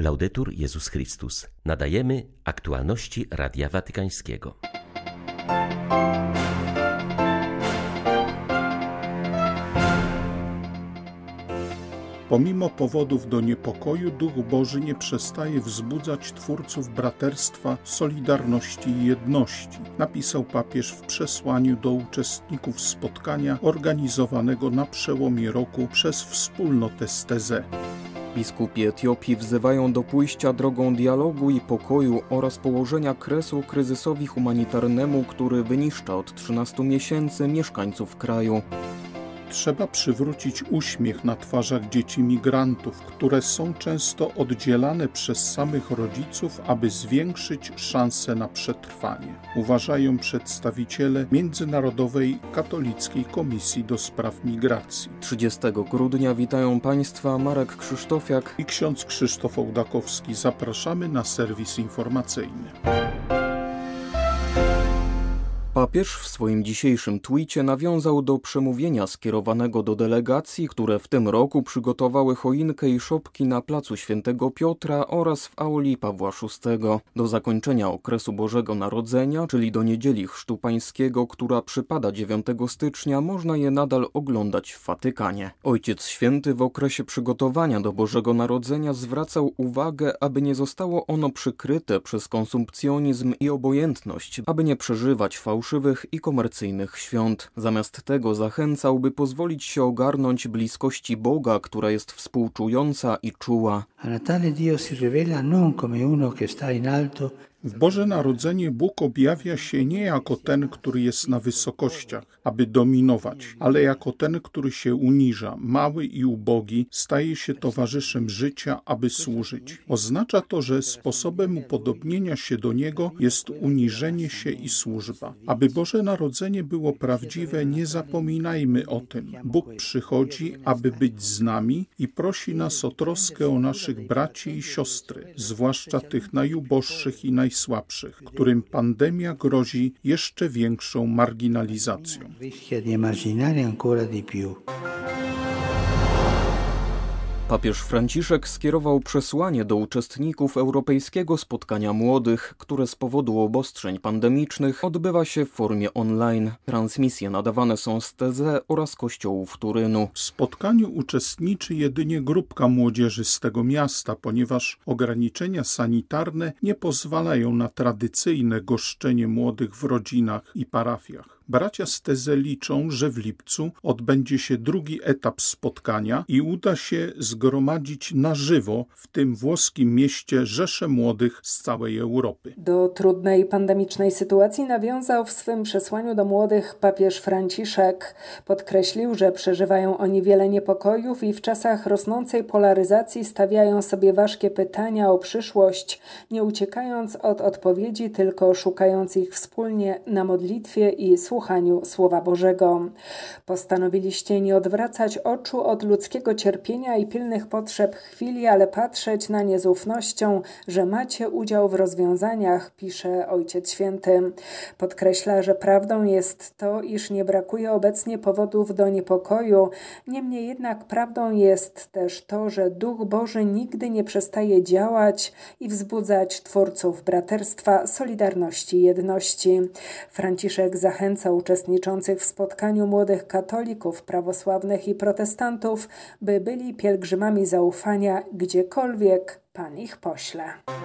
Laudetur Jezus Chrystus. Nadajemy aktualności Radia Watykańskiego. Pomimo powodów do niepokoju, Duch Boży nie przestaje wzbudzać twórców braterstwa, solidarności i jedności, napisał papież w przesłaniu do uczestników spotkania organizowanego na przełomie roku przez wspólnotę z Teze. Biskupi Etiopii wzywają do pójścia drogą dialogu i pokoju oraz położenia kresu kryzysowi humanitarnemu, który wyniszcza od 13 miesięcy mieszkańców kraju. Trzeba przywrócić uśmiech na twarzach dzieci migrantów, które są często oddzielane przez samych rodziców, aby zwiększyć szanse na przetrwanie, uważają przedstawiciele Międzynarodowej Katolickiej Komisji do Spraw Migracji. 30 grudnia witają Państwa Marek Krzysztofiak i ksiądz Krzysztof Ołdakowski. Zapraszamy na serwis informacyjny. Papież w swoim dzisiejszym twicie nawiązał do przemówienia skierowanego do delegacji, które w tym roku przygotowały choinkę i szopki na placu Świętego Piotra oraz w auli Pawła VI. Do zakończenia okresu Bożego Narodzenia, czyli do Niedzieli Chrztu Pańskiego, która przypada 9 stycznia, można je nadal oglądać w Watykanie. Ojciec Święty w okresie przygotowania do Bożego Narodzenia zwracał uwagę, aby nie zostało ono przykryte przez konsumpcjonizm i obojętność, aby nie przeżywać fałszywych i komercyjnych świąt. Zamiast tego zachęcał, by pozwolić się ogarnąć bliskości Boga, która jest współczująca i czuła. W Boże Narodzenie Bóg objawia się nie jako ten, który jest na wysokościach, aby dominować, ale jako ten, który się uniża, mały i ubogi, staje się towarzyszem życia, aby służyć. Oznacza to, że sposobem upodobnienia się do Niego jest uniżenie się i służba. Aby Boże Narodzenie było prawdziwe, nie zapominajmy o tym. Bóg przychodzi, aby być z nami i prosi nas o troskę o naszych braci i siostry, zwłaszcza tych najuboższych i najsłabszych, którym pandemia grozi jeszcze większą marginalizacją. Papież Franciszek skierował przesłanie do uczestników Europejskiego Spotkania Młodych, które z powodu obostrzeń pandemicznych odbywa się w formie online. Transmisje nadawane są z Teze oraz kościołów Turynu. W spotkaniu uczestniczy jedynie grupka młodzieży z tego miasta, ponieważ ograniczenia sanitarne nie pozwalają na tradycyjne goszczenie młodych w rodzinach i parafiach. Bracia z Tezy liczą, że w lipcu odbędzie się drugi etap spotkania i uda się zgromadzić na żywo w tym włoskim mieście rzesze młodych z całej Europy. Do trudnej pandemicznej sytuacji nawiązał w swym przesłaniu do młodych papież Franciszek. Podkreślił, że przeżywają oni wiele niepokojów i w czasach rosnącej polaryzacji stawiają sobie ważkie pytania o przyszłość, nie uciekając od odpowiedzi, tylko szukając ich wspólnie na modlitwie i słuchaniu Słowa Bożego. Postanowiliście nie odwracać oczu od ludzkiego cierpienia i pilnych potrzeb chwili, ale patrzeć na nie z ufnością, że macie udział w rozwiązaniach, pisze Ojciec Święty. Podkreśla, że prawdą jest to, iż nie brakuje obecnie powodów do niepokoju. Niemniej jednak prawdą jest też to, że Duch Boży nigdy nie przestaje działać i wzbudzać twórców braterstwa, solidarności i jedności. Franciszek zachęca uczestniczących w spotkaniu młodych katolików, prawosławnych i protestantów, by byli pielgrzymami zaufania gdziekolwiek Pan ich pośle.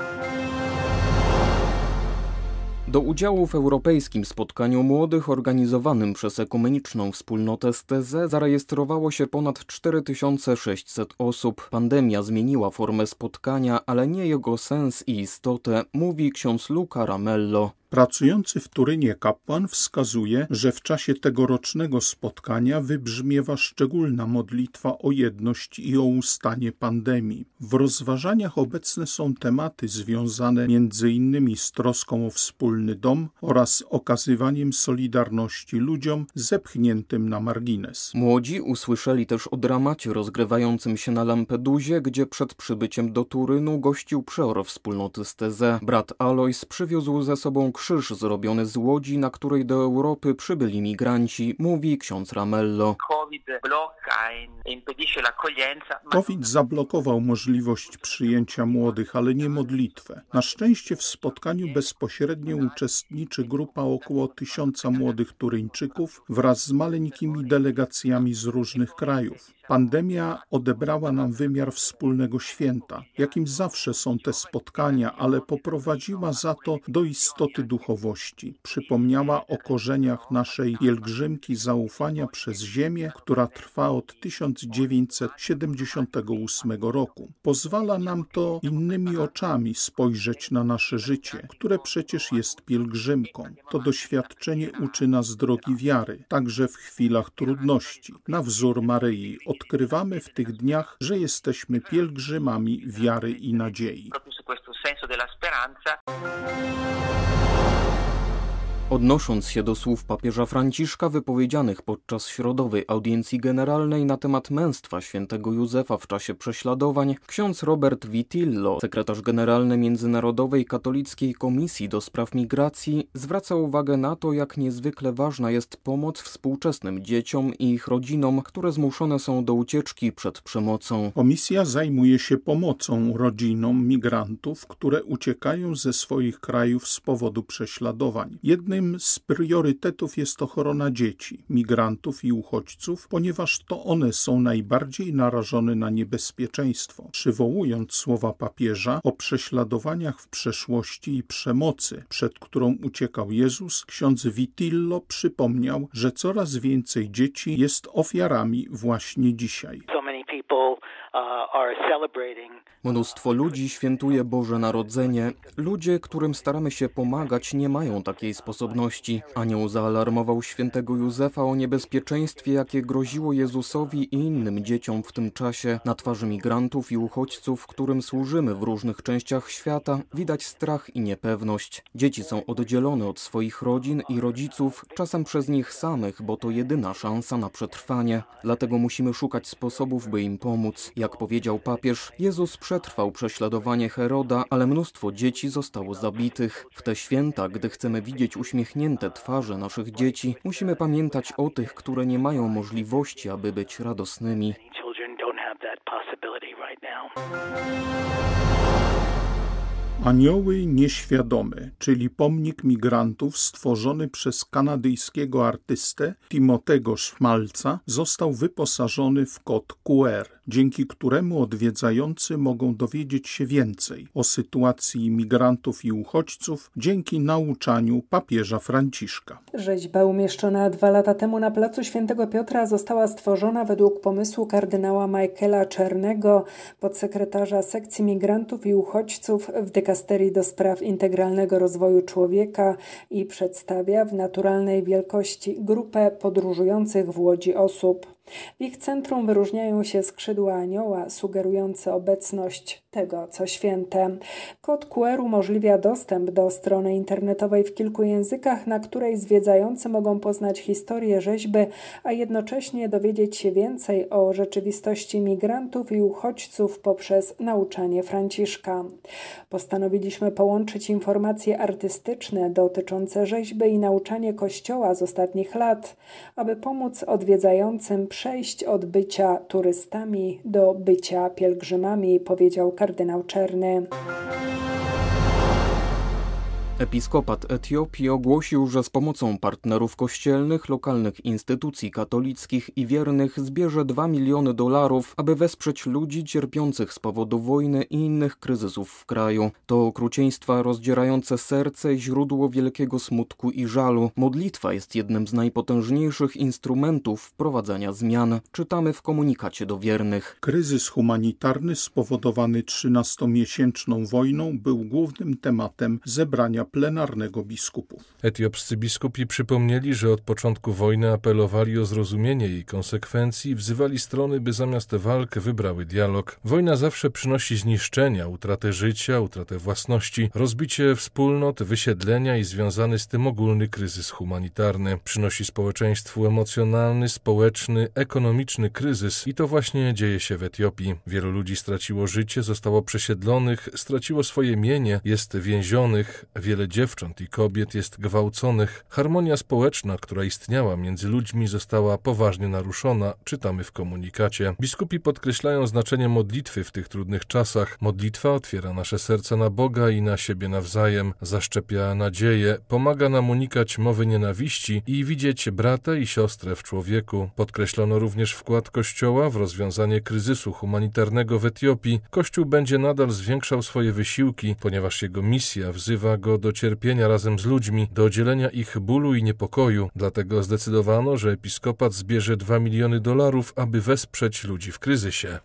Do udziału w Europejskim Spotkaniu Młodych organizowanym przez Ekumeniczną Wspólnotę z Teze zarejestrowało się ponad 4600 osób. Pandemia zmieniła formę spotkania, ale nie jego sens i istotę, mówi ksiądz Luca Ramello. Pracujący w Turynie kapłan wskazuje, że w czasie tegorocznego spotkania wybrzmiewa szczególna modlitwa o jedność i o ustanie pandemii. W rozważaniach obecne są tematy związane m.in. z troską o wspólny dom oraz okazywaniem solidarności ludziom zepchniętym na margines. Młodzi usłyszeli też o dramacie rozgrywającym się na Lampedusie, gdzie przed przybyciem do Turynu gościł przeor wspólnoty z Teze. Brat Alois przywiózł ze sobą krzyż zrobiony z łodzi, na której do Europy przybyli migranci, mówi ksiądz Ramello. COVID zablokował możliwość przyjęcia młodych, ale nie modlitwę. Na szczęście w spotkaniu bezpośrednio uczestniczy grupa około 1000 młodych Turyńczyków wraz z maleńkimi delegacjami z różnych krajów. Pandemia odebrała nam wymiar wspólnego święta, jakim zawsze są te spotkania, ale poprowadziła za to do istoty duchowości. Przypomniała o korzeniach naszej pielgrzymki zaufania przez ziemię, która trwa od 1978 roku. Pozwala nam to innymi oczami spojrzeć na nasze życie, które przecież jest pielgrzymką. To doświadczenie uczy nas drogi wiary, także w chwilach trudności. Na wzór Maryi odkrywamy w tych dniach, że jesteśmy pielgrzymami wiary i nadziei. Odnosząc się do słów papieża Franciszka wypowiedzianych podczas środowej audiencji generalnej na temat męstwa świętego Józefa w czasie prześladowań, ksiądz Robert Vitillo, sekretarz generalny Międzynarodowej Katolickiej Komisji do Spraw Migracji, zwraca uwagę na to, jak niezwykle ważna jest pomoc współczesnym dzieciom i ich rodzinom, które zmuszone są do ucieczki przed przemocą. Komisja zajmuje się pomocą rodzinom migrantów, które uciekają ze swoich krajów z powodu prześladowań. Jednym z priorytetów jest ochrona dzieci, migrantów i uchodźców, ponieważ to one są najbardziej narażone na niebezpieczeństwo. Przywołując słowa papieża o prześladowaniach w przeszłości i przemocy, przed którą uciekał Jezus, ksiądz Vitillo przypomniał, że coraz więcej dzieci jest ofiarami właśnie dzisiaj. Mnóstwo ludzi świętuje Boże Narodzenie. Ludzie, którym staramy się pomagać, nie mają takiej sposobności. Anioł zaalarmował świętego Józefa o niebezpieczeństwie, jakie groziło Jezusowi i innym dzieciom w tym czasie. Na twarzy migrantów i uchodźców, którym służymy w różnych częściach świata, widać strach i niepewność. Dzieci są oddzielone od swoich rodzin i rodziców, czasem przez nich samych, bo to jedyna szansa na przetrwanie. Dlatego musimy szukać sposobów, by im pomóc. Jak powiedział papież, Jezus przetrwał prześladowanie Heroda, ale mnóstwo dzieci zostało zabitych. W te święta, gdy chcemy widzieć uśmiechnięte twarze naszych dzieci, musimy pamiętać o tych, które nie mają możliwości, aby być radosnymi. Anioły nieświadome, czyli pomnik migrantów stworzony przez kanadyjskiego artystę Timotego Szmalca, został wyposażony w kod QR, dzięki któremu odwiedzający mogą dowiedzieć się więcej o sytuacji migrantów i uchodźców dzięki nauczaniu papieża Franciszka. Rzeźba umieszczona 2 lata temu na placu Świętego Piotra została stworzona według pomysłu kardynała Michaela Czernego, podsekretarza sekcji migrantów i uchodźców w dykasterii do spraw integralnego rozwoju człowieka i przedstawia w naturalnej wielkości grupę podróżujących w łodzi osób. W ich centrum wyróżniają się skrzydła anioła, sugerujące obecność tego, co święte. Kod QR umożliwia dostęp do strony internetowej w kilku językach, na której zwiedzający mogą poznać historię rzeźby, a jednocześnie dowiedzieć się więcej o rzeczywistości migrantów i uchodźców poprzez nauczanie Franciszka. Postanowiliśmy połączyć informacje artystyczne dotyczące rzeźby i nauczanie Kościoła z ostatnich lat, aby pomóc odwiedzającym przejść od bycia turystami do bycia pielgrzymami, powiedział kardynał Czerny. Episkopat Etiopii ogłosił, że z pomocą partnerów kościelnych, lokalnych instytucji katolickich i wiernych zbierze $2 miliony, aby wesprzeć ludzi cierpiących z powodu wojny i innych kryzysów w kraju. To okrucieństwa rozdzierające serce i źródło wielkiego smutku i żalu. Modlitwa jest jednym z najpotężniejszych instrumentów wprowadzania zmian. Czytamy w komunikacie do wiernych. Kryzys humanitarny spowodowany 13-miesięczną wojną był głównym tematem zebrania plenarnego biskupów. Etiopscy biskupi przypomnieli, że od początku wojny apelowali o zrozumienie jej konsekwencji i wzywali strony, by zamiast walk wybrały dialog. Wojna zawsze przynosi zniszczenia, utratę życia, utratę własności, rozbicie wspólnot, wysiedlenia i związany z tym ogólny kryzys humanitarny. Przynosi społeczeństwu emocjonalny, społeczny, ekonomiczny kryzys i to właśnie dzieje się w Etiopii. Wielu ludzi straciło życie, zostało przesiedlonych, straciło swoje mienie, jest więzionych, wiele wiele dziewcząt i kobiet jest gwałconych. Harmonia społeczna, która istniała między ludźmi, została poważnie naruszona, czytamy w komunikacie. Biskupi podkreślają znaczenie modlitwy w tych trudnych czasach. Modlitwa otwiera nasze serca na Boga i na siebie nawzajem, zaszczepia nadzieję, pomaga nam unikać mowy nienawiści i widzieć brata i siostrę w człowieku. Podkreślono również wkład Kościoła w rozwiązanie kryzysu humanitarnego w Etiopii. Kościół będzie nadal zwiększał swoje wysiłki, ponieważ jego misja wzywa go do cierpienia razem z ludźmi, do dzielenia ich bólu i niepokoju. Dlatego zdecydowano, że episkopat zbierze $2 miliony, aby wesprzeć ludzi w kryzysie.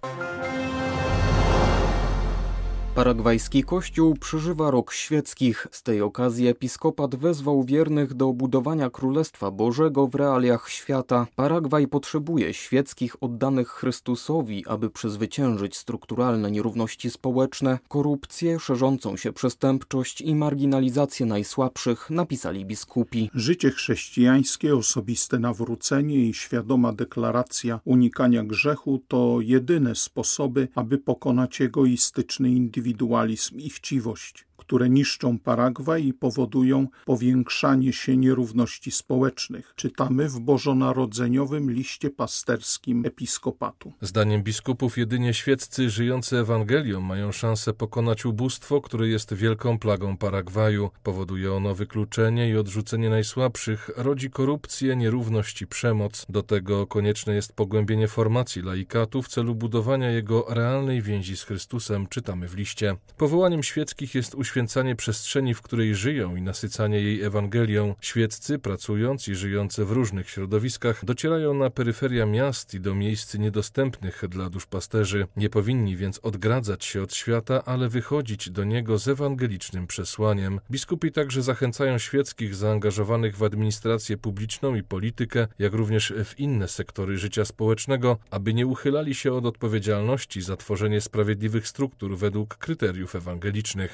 Paragwajski kościół przeżywa rok świeckich. Z tej okazji episkopat wezwał wiernych do budowania Królestwa Bożego w realiach świata. Paragwaj potrzebuje świeckich oddanych Chrystusowi, aby przezwyciężyć strukturalne nierówności społeczne, korupcję, szerzącą się przestępczość i marginalizację najsłabszych, napisali biskupi. Życie chrześcijańskie, osobiste nawrócenie i świadoma deklaracja unikania grzechu to jedyne sposoby, aby pokonać egoistyczny indywidualizm i chciwość, które niszczą Paragwaj i powodują powiększanie się nierówności społecznych. Czytamy w bożonarodzeniowym liście pasterskim episkopatu. Zdaniem biskupów jedynie świeccy żyjący Ewangelią mają szansę pokonać ubóstwo, które jest wielką plagą Paragwaju. Powoduje ono wykluczenie i odrzucenie najsłabszych, rodzi korupcję, nierówność i przemoc. Do tego konieczne jest pogłębienie formacji laikatu w celu budowania jego realnej więzi z Chrystusem, czytamy w liście. Powołaniem świeckich jest uświęcanie przestrzeni, w której żyją i nasycanie jej Ewangelią. Świeccy, pracując i żyjący w różnych środowiskach, docierają na peryferia miast i do miejsc niedostępnych dla duszpasterzy. Nie powinni więc odgradzać się od świata, ale wychodzić do niego z ewangelicznym przesłaniem. Biskupi także zachęcają świeckich zaangażowanych w administrację publiczną i politykę, jak również w inne sektory życia społecznego, aby nie uchylali się od odpowiedzialności za tworzenie sprawiedliwych struktur według kryteriów ewangelicznych.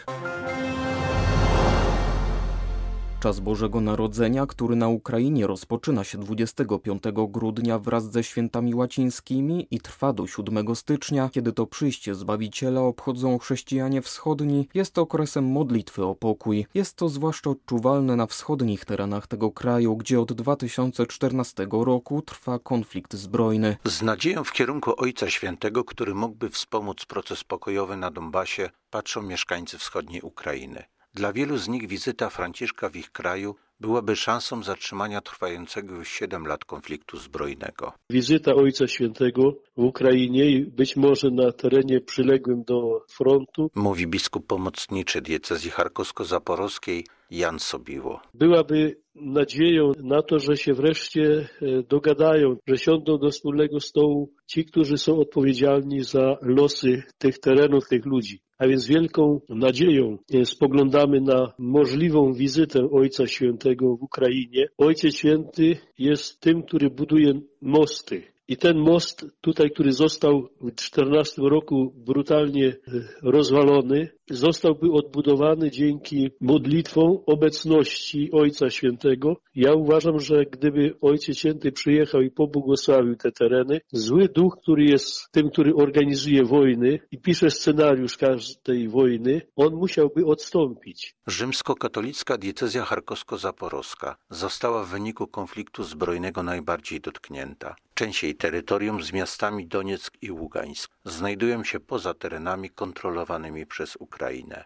Czas Bożego Narodzenia, który na Ukrainie rozpoczyna się 25 grudnia wraz ze świętami łacińskimi i trwa do 7 stycznia, kiedy to przyjście Zbawiciela obchodzą chrześcijanie wschodni, jest okresem modlitwy o pokój. Jest to zwłaszcza odczuwalne na wschodnich terenach tego kraju, gdzie od 2014 roku trwa konflikt zbrojny. Z nadzieją w kierunku Ojca Świętego, który mógłby wspomóc proces pokojowy na Donbasie, patrzą mieszkańcy wschodniej Ukrainy. Dla wielu z nich wizyta Franciszka w ich kraju byłaby szansą zatrzymania trwającego już 7 lat konfliktu zbrojnego. Wizyta Ojca Świętego w Ukrainie i być może na terenie przyległym do frontu, mówi biskup pomocniczy diecezji charkowsko-zaporowskiej Jan Sobiło. Byłaby nadzieją na to, że się wreszcie dogadają, że siądą do wspólnego stołu ci, którzy są odpowiedzialni za losy tych terenów, tych ludzi. A więc wielką nadzieją spoglądamy na możliwą wizytę Ojca Świętego w Ukrainie. Ojciec Święty jest tym, który buduje mosty. I ten most tutaj, który został w 2014 roku brutalnie rozwalony, zostałby odbudowany dzięki modlitwom obecności Ojca Świętego. Ja uważam, że gdyby Ojciec Święty przyjechał i pobłogosławił te tereny, zły duch, który jest tym, który organizuje wojny i pisze scenariusz każdej wojny, on musiałby odstąpić. Rzymskokatolicka diecezja charkowsko-zaporowska została w wyniku konfliktu zbrojnego najbardziej dotknięta. Część jej terytorium z miastami Donieck i Ługańsk znajdują się poza terenami kontrolowanymi przez Ukrainę.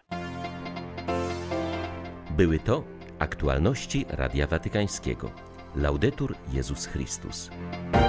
Były to aktualności Radia Watykańskiego. Laudetur Jezus Chrystus.